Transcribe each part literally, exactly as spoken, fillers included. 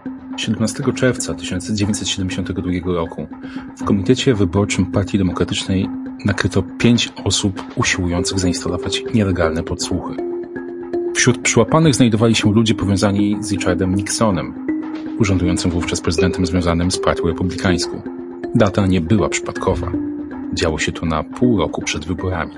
siedemnastego czerwca tysiąc dziewięćset siedemdziesiątego drugiego roku w Komitecie Wyborczym Partii Demokratycznej nakryto pięć osób usiłujących zainstalować nielegalne podsłuchy. Wśród przyłapanych znajdowali się ludzie powiązani z Richardem Nixonem, urzędującym wówczas prezydentem związanym z Partią Republikańską. Data nie była przypadkowa. Działo się to na pół roku przed wyborami.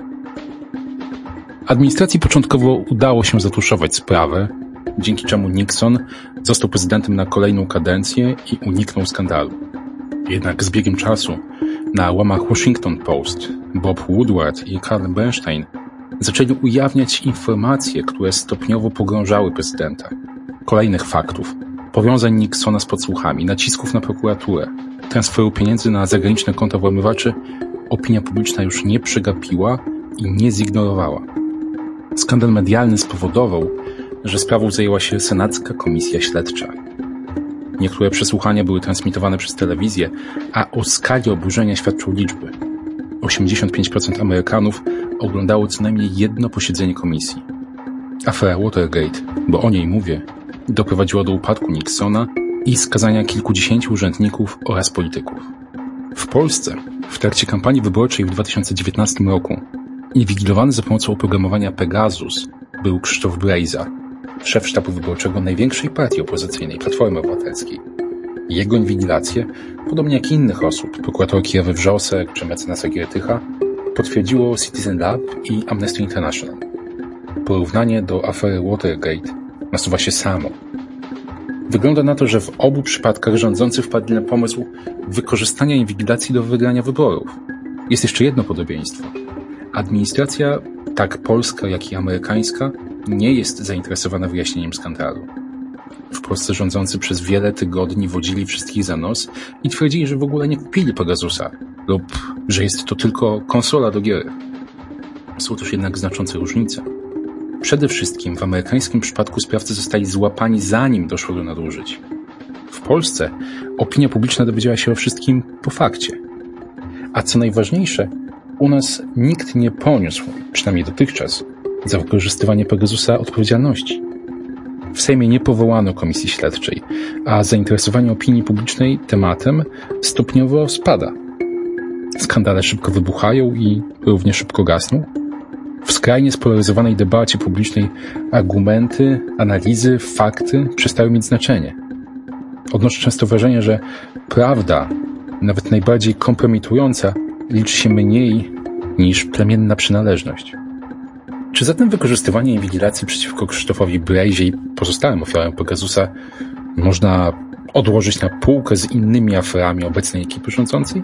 Administracji początkowo udało się zatuszować sprawę, dzięki czemu Nixon został prezydentem na kolejną kadencję i uniknął skandalu. Jednak z biegiem czasu na łamach Washington Post Bob Woodward i Carl Bernstein zaczęli ujawniać informacje, które stopniowo pogrążały prezydenta. Kolejnych faktów, powiązań Nixona z podsłuchami, nacisków na prokuraturę, transferu pieniędzy na zagraniczne konta włamywaczy opinia publiczna już nie przegapiła i nie zignorowała. Skandal medialny spowodował, że sprawą zajęła się Senacka Komisja Śledcza. Niektóre przesłuchania były transmitowane przez telewizję, a o skali oburzenia świadczą liczby. osiemdziesiąt pięć procent Amerykanów oglądało co najmniej jedno posiedzenie komisji. Afera Watergate, bo o niej mówię, doprowadziła do upadku Nixona i skazania kilkudziesięciu urzędników oraz polityków. W Polsce w trakcie kampanii wyborczej w dwa tysiące dziewiętnastym roku inwigilowany za pomocą oprogramowania Pegasus był Krzysztof Brejza, szef sztabu wyborczego największej partii opozycyjnej, Platformy Obywatelskiej. Jego inwigilację, podobnie jak innych osób, prokuratorki Ewy Wrzosek czy mecenasa Giertycha, potwierdziło Citizen Lab i Amnesty International. Porównanie do afery Watergate nasuwa się samo. Wygląda na to, że w obu przypadkach rządzący wpadli na pomysł wykorzystania inwigilacji do wygrania wyborów. Jest jeszcze jedno podobieństwo. Administracja, tak polska, jak i amerykańska, nie jest zainteresowana wyjaśnieniem skandalu. W Polsce rządzący przez wiele tygodni wodzili wszystkich za nos i twierdzili, że w ogóle nie kupili Pegasusa lub że jest to tylko konsola do gier. Są też jednak znaczące różnice. Przede wszystkim w amerykańskim przypadku sprawcy zostali złapani zanim doszło do nadużyć. W Polsce opinia publiczna dowiedziała się o wszystkim po fakcie. A co najważniejsze, u nas nikt nie poniósł, przynajmniej dotychczas, za wykorzystywanie Pegasusa odpowiedzialności. W Sejmie nie powołano komisji śledczej, a zainteresowanie opinii publicznej tematem stopniowo spada. Skandale szybko wybuchają i równie szybko gasną. W skrajnie spolaryzowanej debacie publicznej argumenty, analizy, fakty przestały mieć znaczenie. Odnoszę często wrażenie, że prawda, nawet najbardziej kompromitująca, liczy się mniej niż plemienna przynależność. Czy zatem wykorzystywanie inwigilacji przeciwko Krzysztofowi Brejzie i pozostałym ofiarom Pegasusa można odłożyć na półkę z innymi aferami obecnej ekipy rządzącej?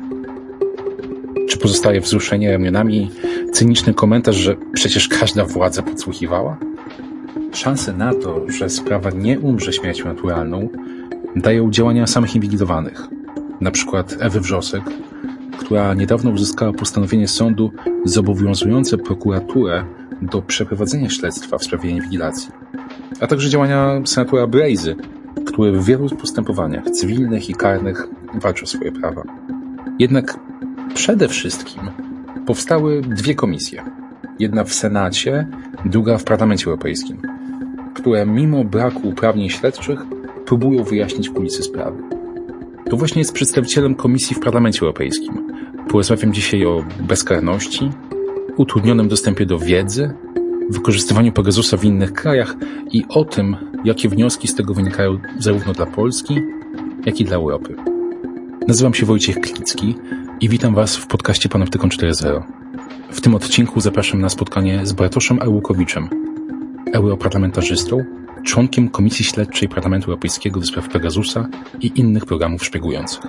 Czy pozostaje wzruszenie ramionami i cyniczny komentarz, że przecież każda władza podsłuchiwała? Szanse na to, że sprawa nie umrze śmiercią naturalną, dają działania samych inwigilowanych. Na przykład Ewy Wrzosek, która niedawno uzyskała postanowienie sądu zobowiązujące prokuraturę do przeprowadzenia śledztwa w sprawie inwigilacji, a także działania senatora Brejzy, który w wielu postępowaniach cywilnych i karnych walczy o swoje prawa. Jednak przede wszystkim powstały dwie komisje. Jedna w Senacie, druga w Parlamencie Europejskim, które mimo braku uprawnień śledczych próbują wyjaśnić kulisy sprawy. To właśnie z przedstawicielem komisji w Parlamencie Europejskim porozmawiam dzisiaj o bezkarności, utrudnionym dostępie do wiedzy, wykorzystywaniu Pegasusa w innych krajach i o tym, jakie wnioski z tego wynikają zarówno dla Polski, jak i dla Europy. Nazywam się Wojciech Klicki i witam Was w podcaście Panoptykon cztery zero. W tym odcinku zapraszam na spotkanie z Bartoszem Arłukowiczem, europarlamentarzystą, członkiem Komisji Śledczej Parlamentu Europejskiego do spraw Pegasusa i innych programów szpiegujących.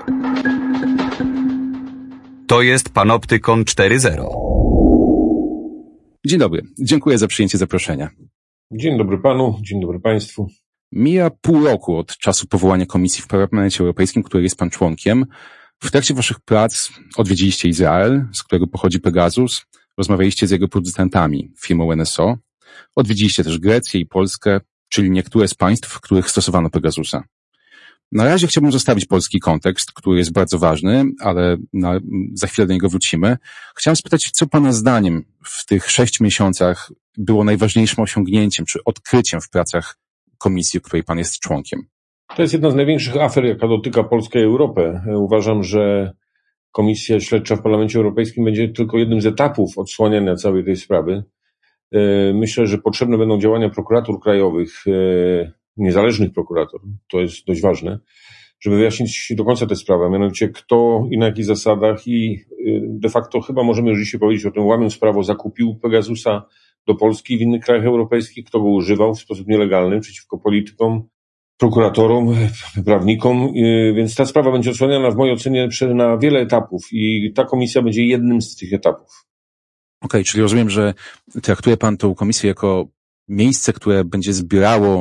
To jest Panoptykon cztery zero. Dzień dobry, dziękuję za przyjęcie zaproszenia. Dzień dobry Panu, dzień dobry Państwu. Mija pół roku od czasu powołania komisji w Parlamencie Europejskim, której jest Pan członkiem. W trakcie Waszych prac odwiedziliście Izrael, z którego pochodzi Pegasus, rozmawialiście z jego producentami, firmą N S O. Odwiedziliście też Grecję i Polskę, czyli niektóre z państw, w których stosowano Pegasusa. Na razie chciałbym zostawić polski kontekst, który jest bardzo ważny, ale na, za chwilę do niego wrócimy. Chciałem spytać, co Pana zdaniem w tych sześciu miesiącach było najważniejszym osiągnięciem czy odkryciem w pracach komisji, której Pan jest członkiem? To jest jedna z największych afer, jaka dotyka Polskę i Europę. Uważam, że Komisja Śledcza w Parlamencie Europejskim będzie tylko jednym z etapów odsłaniania całej tej sprawy. Myślę, że potrzebne będą działania prokuratur krajowych, niezależnych prokuratur, to jest dość ważne, żeby wyjaśnić do końca tę sprawę, a mianowicie kto i na jakich zasadach i de facto chyba możemy już dzisiaj powiedzieć o tym, łamiąc prawo, zakupił Pegasusa do Polski w innych krajach europejskich, kto go używał w sposób nielegalny przeciwko politykom, prokuratorom, prawnikom, więc ta sprawa będzie odsłaniana w mojej ocenie na wiele etapów i ta komisja będzie jednym z tych etapów. Okej, okay, czyli rozumiem, że traktuje pan tą komisję jako miejsce, które będzie zbierało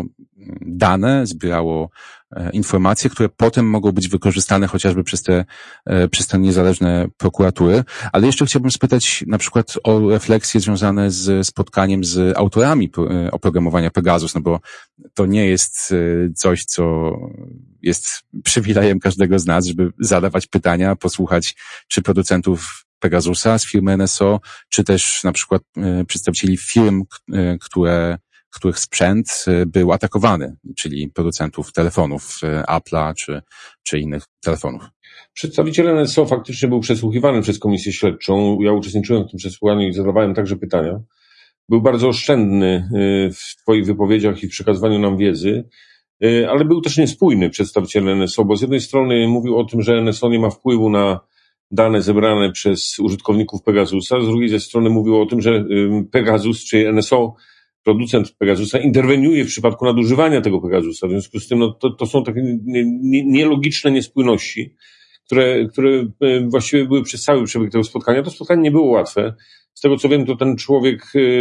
dane, zbierało informacje, które potem mogą być wykorzystane chociażby przez te, przez te niezależne prokuratury. Ale jeszcze chciałbym spytać na przykład o refleksje związane z spotkaniem z autorami oprogramowania Pegasus, no bo to nie jest coś, co jest przywilejem każdego z nas, żeby zadawać pytania, posłuchać czy producentów Pegasusa z firmy N S O, czy też na przykład przedstawicieli firm, które których sprzęt był atakowany, czyli producentów telefonów Apple'a czy, czy innych telefonów. Przedstawiciel N S O faktycznie był przesłuchiwany przez Komisję Śledczą. Ja uczestniczyłem w tym przesłuchaniu i zadawałem także pytania. Był bardzo oszczędny w swoich wypowiedziach i w przekazywaniu nam wiedzy, ale był też niespójny przedstawiciel N S O, bo z jednej strony mówił o tym, że N S O nie ma wpływu na dane zebrane przez użytkowników Pegasusa, z drugiej ze strony mówił o tym, że Pegasus czy N S O, producent Pegasusa, interweniuje w przypadku nadużywania tego Pegasusa. W związku z tym no, to, to są takie nielogiczne niespójności, które, które właściwie były przez cały przebieg tego spotkania. To spotkanie nie było łatwe. Z tego co wiem, to ten człowiek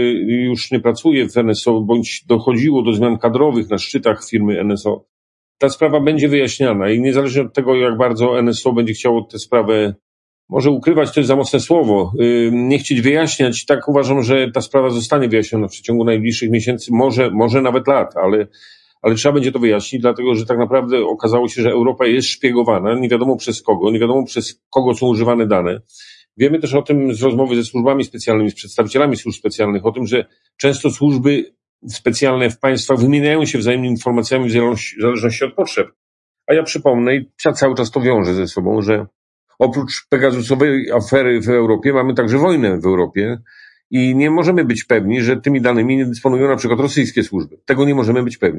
już nie pracuje w N S O, bądź dochodziło do zmian kadrowych na szczytach firmy N S O. Ta sprawa będzie wyjaśniana i niezależnie od tego, jak bardzo N S O będzie chciało tę sprawę może ukrywać, to jest za mocne słowo, nie chcieć wyjaśniać, tak uważam, że ta sprawa zostanie wyjaśniona w przeciągu najbliższych miesięcy, może, może nawet lat, ale, ale trzeba będzie to wyjaśnić, dlatego że tak naprawdę okazało się, że Europa jest szpiegowana, nie wiadomo przez kogo, nie wiadomo przez kogo są używane dane. Wiemy też o tym z rozmowy ze służbami specjalnymi, z przedstawicielami służb specjalnych, o tym, że często służby specjalne w państwach wymieniają się wzajemnie informacjami w zależności od potrzeb. A ja przypomnę, i ja cały czas to wiążę ze sobą, że oprócz Pegasusowej afery w Europie mamy także wojnę w Europie i nie możemy być pewni, że tymi danymi nie dysponują na przykład rosyjskie służby. Tego nie możemy być pewni.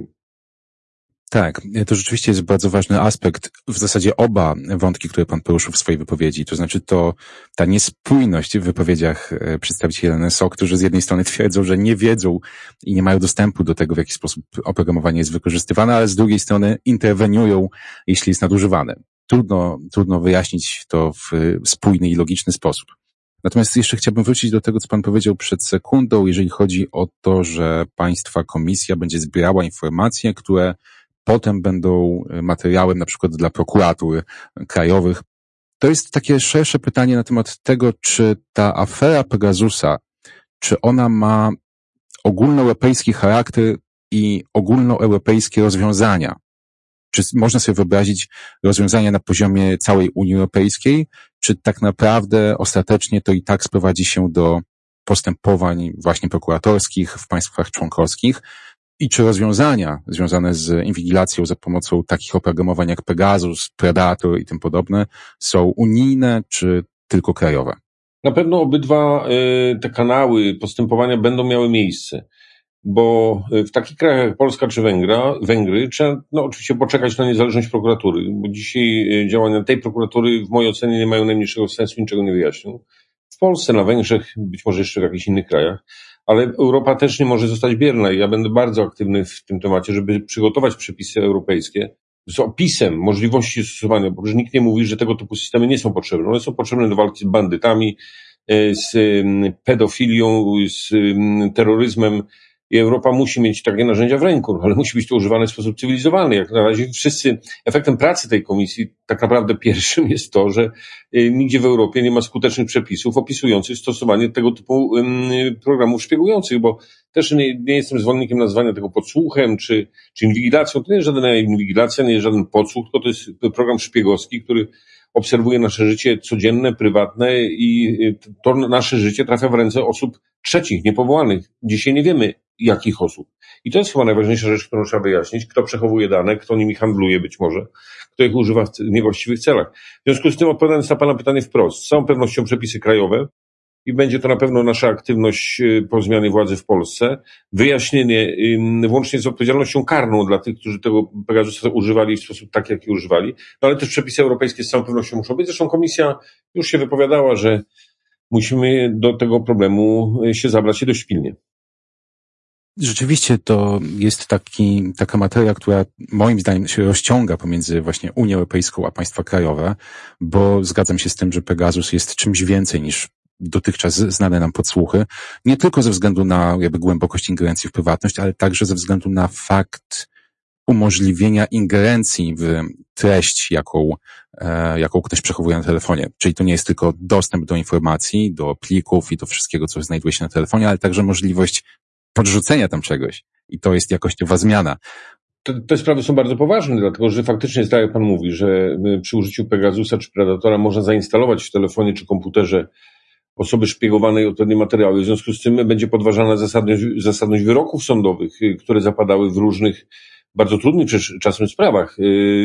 Tak, to rzeczywiście jest bardzo ważny aspekt. W zasadzie oba wątki, które pan poruszył w swojej wypowiedzi, to znaczy to ta niespójność w wypowiedziach przedstawicieli N S O, którzy z jednej strony twierdzą, że nie wiedzą i nie mają dostępu do tego, w jaki sposób oprogramowanie jest wykorzystywane, ale z drugiej strony interweniują, jeśli jest nadużywane. Trudno, trudno wyjaśnić to w spójny i logiczny sposób. Natomiast jeszcze chciałbym wrócić do tego, co pan powiedział przed sekundą, jeżeli chodzi o to, że państwa komisja będzie zbierała informacje, które potem będą materiałem na przykład dla prokuratur krajowych. To jest takie szersze pytanie na temat tego, czy ta afera Pegasusa, czy ona ma ogólnoeuropejski charakter i ogólnoeuropejskie rozwiązania. Czy można sobie wyobrazić rozwiązania na poziomie całej Unii Europejskiej, czy tak naprawdę ostatecznie to i tak sprowadzi się do postępowań właśnie prokuratorskich w państwach członkowskich i czy rozwiązania związane z inwigilacją za pomocą takich oprogramowań jak Pegasus, Predator i tym podobne są unijne, czy tylko krajowe? Na pewno obydwa te kanały postępowania będą miały miejsce. Bo w takich krajach jak Polska czy Węgra, Węgry trzeba no, oczywiście poczekać na niezależność prokuratury, bo dzisiaj działania tej prokuratury w mojej ocenie nie mają najmniejszego sensu, niczego nie wyjaśnią. W Polsce, na Węgrzech, być może jeszcze w jakichś innych krajach, ale Europa też nie może zostać bierna i ja będę bardzo aktywny w tym temacie, żeby przygotować przepisy europejskie z opisem możliwości stosowania, bo już nikt nie mówi, że tego typu systemy nie są potrzebne. One są potrzebne do walki z bandytami, z pedofilią, z terroryzmem, i Europa musi mieć takie narzędzia w ręku, ale musi być to używane w sposób cywilizowany. Jak na razie wszyscy, efektem pracy tej komisji tak naprawdę pierwszym jest to, że nigdzie w Europie nie ma skutecznych przepisów opisujących stosowanie tego typu programów szpiegujących, bo też nie, nie jestem zwolennikiem nazwania tego podsłuchem czy, czy inwigilacją. To nie jest żadna inwigilacja, nie jest żaden podsłuch, tylko to jest program szpiegowski, który obserwuje nasze życie codzienne, prywatne i to nasze życie trafia w ręce osób trzecich, niepowołanych. Dzisiaj nie wiemy, jakich osób. I to jest chyba najważniejsza rzecz, którą trzeba wyjaśnić. Kto przechowuje dane, kto nimi handluje być może, kto ich używa w niewłaściwych celach. W związku z tym, odpowiadając na Pana pytanie wprost, z całą pewnością przepisy krajowe i będzie to na pewno nasza aktywność po zmianie władzy w Polsce, wyjaśnienie włącznie z odpowiedzialnością karną dla tych, którzy tego Pegasusa używali w sposób taki, jaki używali, no ale też przepisy europejskie z całą pewnością muszą być. Zresztą Komisja już się wypowiadała, że musimy do tego problemu się zabrać i dość pilnie. Rzeczywiście to jest taki, taka materia, która moim zdaniem się rozciąga pomiędzy właśnie Unią Europejską a państwa krajowe, bo zgadzam się z tym, że Pegasus jest czymś więcej niż dotychczas znane nam podsłuchy, nie tylko ze względu na jakby głębokość ingerencji w prywatność, ale także ze względu na fakt umożliwienia ingerencji w treść, jaką, e, jaką ktoś przechowuje na telefonie. Czyli to nie jest tylko dostęp do informacji, do plików i do wszystkiego, co znajduje się na telefonie, ale także możliwość podrzucenia tam czegoś. I to jest jakościowa zmiana. Te, te sprawy są bardzo poważne, dlatego że faktycznie jest tak, jak Pan mówi, że przy użyciu Pegasusa czy Predatora można zainstalować w telefonie czy komputerze osoby szpiegowanej odpowiednie materiały. W związku z tym będzie podważana zasadność, zasadność wyroków sądowych, które zapadały w różnych bardzo trudnych czasem sprawach.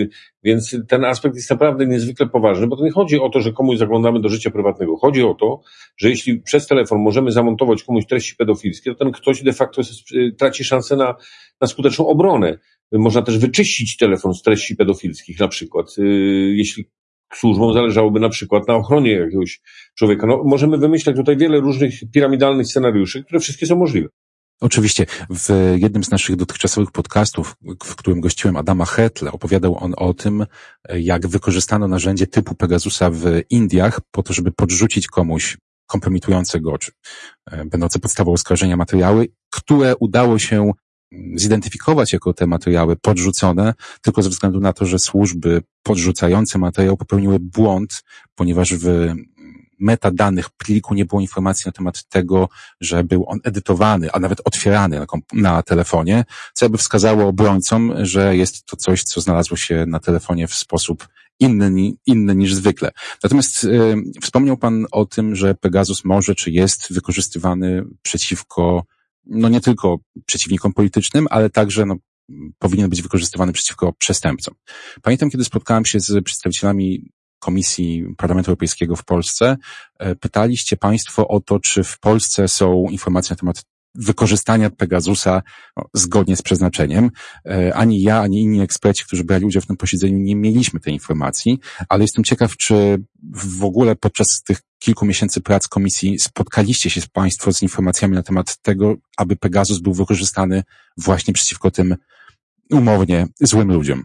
Więc ten aspekt jest naprawdę niezwykle poważny, bo to nie chodzi o to, że komuś zaglądamy do życia prywatnego. Chodzi o to, że jeśli przez telefon możemy zamontować komuś treści pedofilskie, to ten ktoś de facto traci szansę na, na skuteczną obronę. Można też wyczyścić telefon z treści pedofilskich na przykład, jeśli służbom zależałoby na przykład na ochronie jakiegoś człowieka. No, możemy wymyślać tutaj wiele różnych piramidalnych scenariuszy, które wszystkie są możliwe. Oczywiście. W jednym z naszych dotychczasowych podcastów, w którym gościłem Adama Hertle, opowiadał on o tym, jak wykorzystano narzędzie typu Pegasusa w Indiach po to, żeby podrzucić komuś kompromitujące go, czy będące podstawą oskarżenia materiały, które udało się zidentyfikować jako te materiały podrzucone, tylko ze względu na to, że służby podrzucające materiał popełniły błąd, ponieważ w metadanych pliku nie było informacji na temat tego, że był on edytowany, a nawet otwierany na, komp- na telefonie, co jakby wskazało obrońcom, że jest to coś, co znalazło się na telefonie w sposób inny, inny niż zwykle. Natomiast yy, wspomniał Pan o tym, że Pegasus może czy jest wykorzystywany przeciwko no nie tylko przeciwnikom politycznym, ale także no, powinien być wykorzystywany przeciwko przestępcom. Pamiętam, kiedy spotkałem się z przedstawicielami Komisji Parlamentu Europejskiego w Polsce, pytaliście Państwo o to, czy w Polsce są informacje na temat wykorzystania Pegasusa no, zgodnie z przeznaczeniem. Ani ja, ani inni eksperci, którzy brali udział w tym posiedzeniu, nie mieliśmy tej informacji, ale jestem ciekaw, czy w ogóle podczas tych kilku miesięcy prac komisji spotkaliście się Państwo z informacjami na temat tego, aby Pegasus był wykorzystany właśnie przeciwko tym umownie złym ludziom.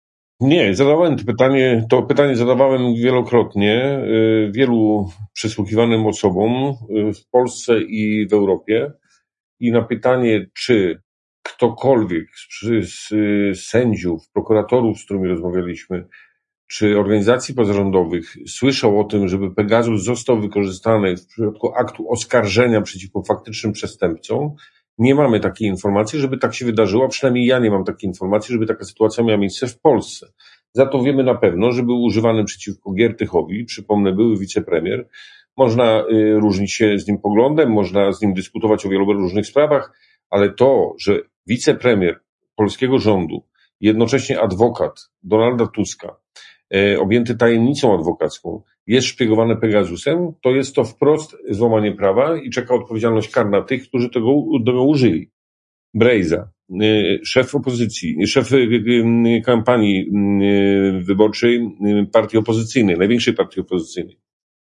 Nie, zadawałem to pytanie, to pytanie zadawałem wielokrotnie wielu przesłuchiwanym osobom w Polsce i w Europie. I na pytanie, czy ktokolwiek z, z, z sędziów, prokuratorów, z którymi rozmawialiśmy, czy organizacji pozarządowych słyszał o tym, żeby Pegasus został wykorzystany w przypadku aktu oskarżenia przeciwko faktycznym przestępcom, nie mamy takiej informacji, żeby tak się wydarzyło, a przynajmniej ja nie mam takiej informacji, żeby taka sytuacja miała miejsce w Polsce. Za to wiemy na pewno, że był używany przeciwko Giertychowi, przypomnę, były wicepremier. Można y, różnić się z nim poglądem, można z nim dyskutować o wielu różnych sprawach, ale to, że wicepremier polskiego rządu, jednocześnie adwokat Donalda Tuska, y, objęty tajemnicą adwokacką, jest szpiegowany Pegasusem, to jest to wprost złamanie prawa i czeka odpowiedzialność karna tych, którzy tego, tego użyli. Brejza, y, szef opozycji, szef y, y, kampanii y, wyborczej y, partii opozycyjnej, największej partii opozycyjnej.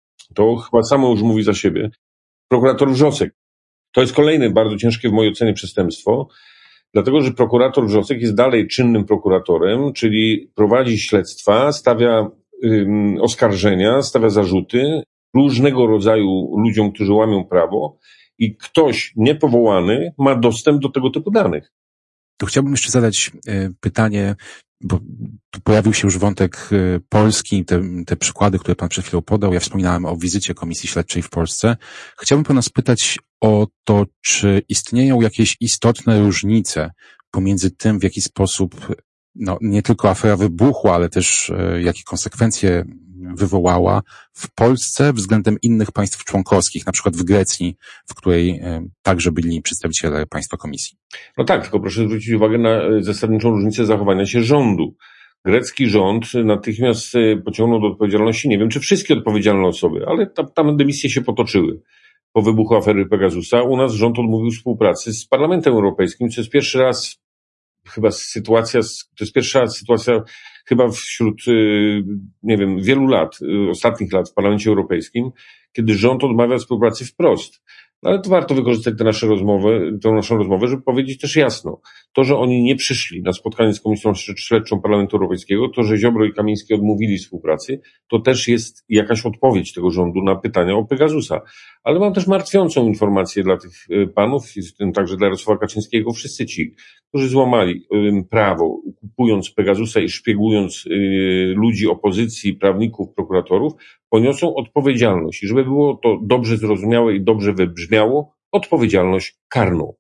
To chyba samo już mówi za siebie. Prokurator Wrzosek. To jest kolejne bardzo ciężkie w mojej ocenie przestępstwo, dlatego że prokurator Wrzosek jest dalej czynnym prokuratorem, czyli prowadzi śledztwa, stawia ym, oskarżenia, stawia zarzuty różnego rodzaju ludziom, którzy łamią prawo i ktoś niepowołany ma dostęp do tego typu danych. Tu chciałbym jeszcze zadać y, pytanie, bo tu pojawił się już wątek y, Polski, te, te przykłady, które Pan przed chwilą podał. Ja wspominałem o wizycie Komisji Śledczej w Polsce. Chciałbym Pana spytać o to, czy istnieją jakieś istotne różnice pomiędzy tym, w jaki sposób no, nie tylko afera wybuchła, ale też y, jakie konsekwencje wywołała w Polsce względem innych państw członkowskich, na przykład w Grecji, w której także byli przedstawiciele państwa komisji. No tak, tylko proszę zwrócić uwagę na zasadniczą różnicę zachowania się rządu. Grecki rząd natychmiast pociągnął do odpowiedzialności, nie wiem czy wszystkie odpowiedzialne osoby, ale tam, tam dymisje się potoczyły po wybuchu afery Pegasusa. U nas rząd odmówił współpracy z Parlamentem Europejskim, co jest pierwszy raz chyba sytuacja, to jest pierwsza sytuacja chyba wśród, nie wiem, wielu lat, ostatnich lat w Parlamencie Europejskim, kiedy rząd odmawia współpracy wprost. No ale to warto wykorzystać tę naszą rozmowę, tę naszą rozmowę, żeby powiedzieć też jasno. To, że oni nie przyszli na spotkanie z Komisją Śledczą Parlamentu Europejskiego, to, że Ziobro i Kamiński odmówili współpracy, to też jest jakaś odpowiedź tego rządu na pytania o Pegasusa. Ale mam też martwiącą informację dla tych panów, w tym także dla Jarosława Kaczyńskiego. Wszyscy ci, którzy złamali prawo, kupując Pegasusa i szpiegując ludzi opozycji, prawników, prokuratorów, poniosą odpowiedzialność. I żeby było to dobrze zrozumiałe i dobrze wybrzmiało, odpowiedzialność karną.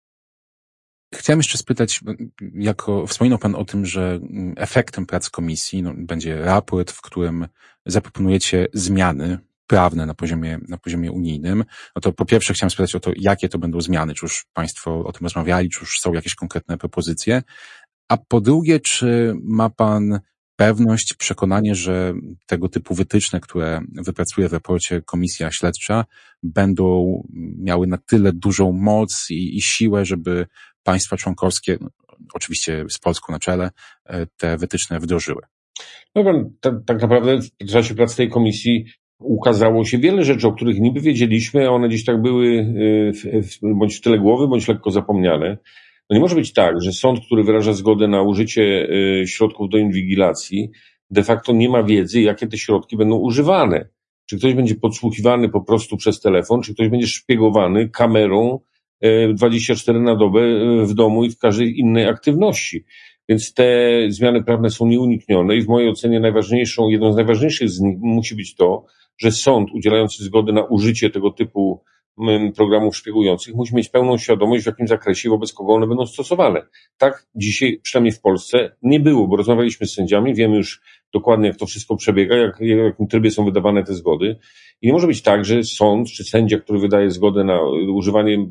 Chciałem jeszcze spytać, jako wspominał Pan o tym, że efektem prac komisji no, będzie raport, w którym zaproponujecie zmiany prawne na poziomie, na poziomie unijnym. No to po pierwsze chciałem spytać o to, jakie to będą zmiany, czy już Państwo o tym rozmawiali, czy już są jakieś konkretne propozycje. A po drugie, czy ma Pan pewność, przekonanie, że tego typu wytyczne, które wypracuje w raporcie Komisja Śledcza, będą miały na tyle dużą moc i, i siłę, żeby państwa członkowskie, oczywiście z Polską na czele, te wytyczne wdrożyły? No pan, tak, tak naprawdę w czasie pracy tej komisji ukazało się wiele rzeczy, o których niby wiedzieliśmy, a one gdzieś tak były bądź w tyle głowy, bądź lekko zapomniane. No nie może być tak, że sąd, który wyraża zgodę na użycie środków do inwigilacji, de facto nie ma wiedzy, jakie te środki będą używane. Czy ktoś będzie podsłuchiwany po prostu przez telefon, czy ktoś będzie szpiegowany kamerą dwadzieścia cztery na dobę w domu i w każdej innej aktywności. Więc te zmiany prawne są nieuniknione i w mojej ocenie najważniejszą, jedną z najważniejszych z nich musi być to, że sąd udzielający zgody na użycie tego typu programów szpiegujących musi mieć pełną świadomość, w jakim zakresie i wobec kogo one będą stosowane. Tak dzisiaj, przynajmniej w Polsce, nie było, bo rozmawialiśmy z sędziami, wiemy już dokładnie, jak to wszystko przebiega, jak, w jakim trybie są wydawane te zgody. I nie może być tak, że sąd czy sędzia, który wydaje zgodę na używanie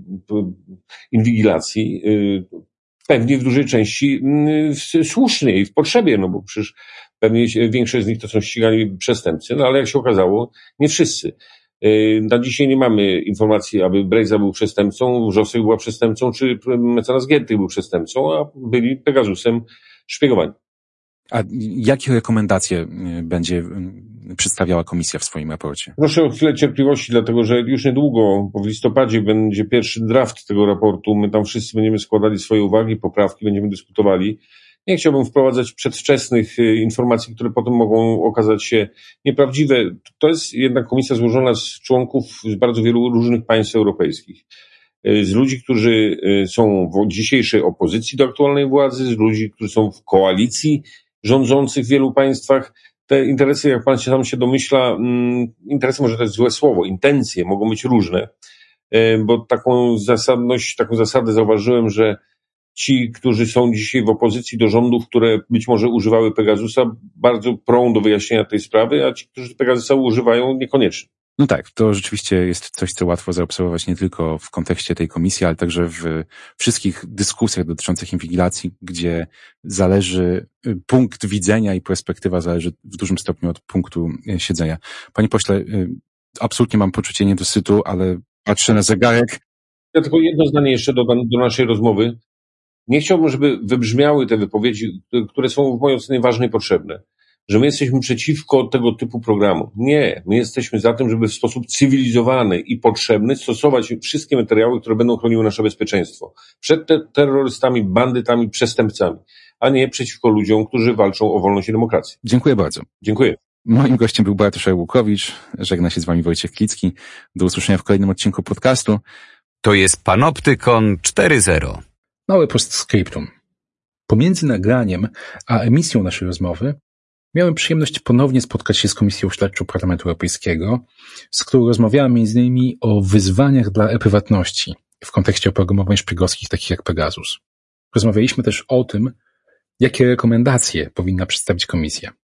inwigilacji, pewnie w dużej części słusznie i w potrzebie, no bo przecież pewnie większość z nich to są ścigani przestępcy, no ale jak się okazało, nie wszyscy. Na dzisiaj nie mamy informacji, aby Brejza był przestępcą, Wrzosek była przestępcą, czy mecenas Giertych był przestępcą, a byli Pegasusem szpiegowani. A jakie rekomendacje będzie przedstawiała komisja w swoim raporcie? Proszę o chwilę cierpliwości, dlatego że już niedługo, bo w listopadzie będzie pierwszy draft tego raportu, my tam wszyscy będziemy składali swoje uwagi, poprawki, będziemy dyskutowali. Nie chciałbym wprowadzać przedwczesnych informacji, które potem mogą okazać się nieprawdziwe. To jest jednak komisja złożona z członków z bardzo wielu różnych państw europejskich. Z ludzi, którzy są w dzisiejszej opozycji do aktualnej władzy, z ludzi, którzy są w koalicji rządzących w wielu państwach. Te interesy, jak pan się tam się domyśla, interesy może to jest złe słowo, intencje mogą być różne, bo taką zasadność, taką zasadę zauważyłem, że ci, którzy są dzisiaj w opozycji do rządów, które być może używały Pegasusa, bardzo prą do wyjaśnienia tej sprawy, a ci, którzy Pegasusa używają, niekoniecznie. No tak, to rzeczywiście jest coś, co łatwo zaobserwować nie tylko w kontekście tej komisji, ale także w wszystkich dyskusjach dotyczących inwigilacji, gdzie zależy punkt widzenia i perspektywa zależy w dużym stopniu od punktu siedzenia. Panie pośle, absolutnie mam poczucie niedosytu, ale patrzę na zegarek. Ja tylko jedno zdanie jeszcze dodam do naszej rozmowy. Nie chciałbym, żeby wybrzmiały te wypowiedzi, które są w mojej ocenie ważne i potrzebne, że my jesteśmy przeciwko tego typu programu. Nie, my jesteśmy za tym, żeby w sposób cywilizowany i potrzebny stosować wszystkie materiały, które będą chroniły nasze bezpieczeństwo przed te terrorystami, bandytami, przestępcami, a nie przeciwko ludziom, którzy walczą o wolność i demokrację. Dziękuję bardzo. Dziękuję. Moim gościem był Bartosz Łukowicz. Żegna się z wami Wojciech Klicki. Do usłyszenia w kolejnym odcinku podcastu. To jest Panoptykon cztery zero. Małe postscriptum. Pomiędzy nagraniem a emisją naszej rozmowy miałem przyjemność ponownie spotkać się z Komisją Śledczą Parlamentu Europejskiego, z którą rozmawiałem między innymi o wyzwaniach dla e-prywatności w kontekście oprogramowań szpiegowskich takich jak Pegasus. Rozmawialiśmy też o tym, jakie rekomendacje powinna przedstawić Komisja.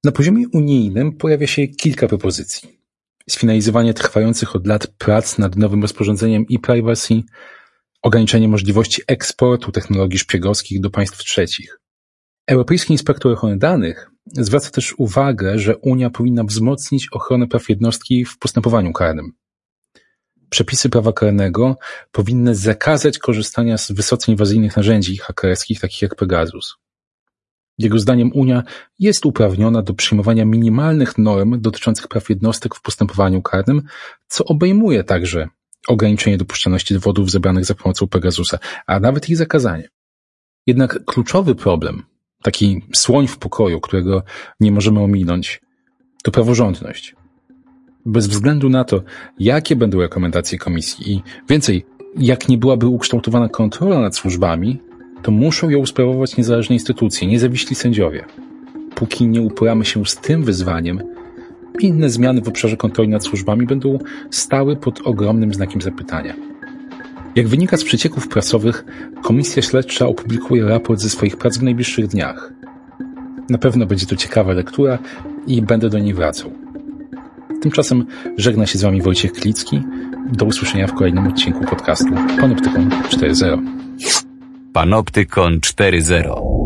Na poziomie unijnym pojawia się kilka propozycji. Sfinalizowanie trwających od lat prac nad nowym rozporządzeniem e-privacy, ograniczenie możliwości eksportu technologii szpiegowskich do państw trzecich. Europejski Inspektor Ochrony Danych zwraca też uwagę, że Unia powinna wzmocnić ochronę praw jednostki w postępowaniu karnym. Przepisy prawa karnego powinny zakazać korzystania z wysoce inwazyjnych narzędzi hakerskich, takich jak Pegasus. Jego zdaniem Unia jest uprawniona do przyjmowania minimalnych norm dotyczących praw jednostek w postępowaniu karnym, co obejmuje także ograniczenie dopuszczalności dowodów zebranych za pomocą Pegasusa, a nawet ich zakazanie. Jednak kluczowy problem, taki słoń w pokoju, którego nie możemy ominąć, to praworządność. Bez względu na to, jakie będą rekomendacje komisji i więcej, jak nie byłaby ukształtowana kontrola nad służbami, to muszą ją sprawować niezależne instytucje, niezawiśli sędziowie. Póki nie uporamy się z tym wyzwaniem, inne zmiany w obszarze kontroli nad służbami będą stały pod ogromnym znakiem zapytania. Jak wynika z przecieków prasowych, Komisja Śledcza opublikuje raport ze swoich prac w najbliższych dniach. Na pewno będzie to ciekawa lektura i będę do niej wracał. Tymczasem żegna się z Wami Wojciech Klicki. Do usłyszenia w kolejnym odcinku podcastu Panoptykon cztery zero. Panoptykon cztery zero.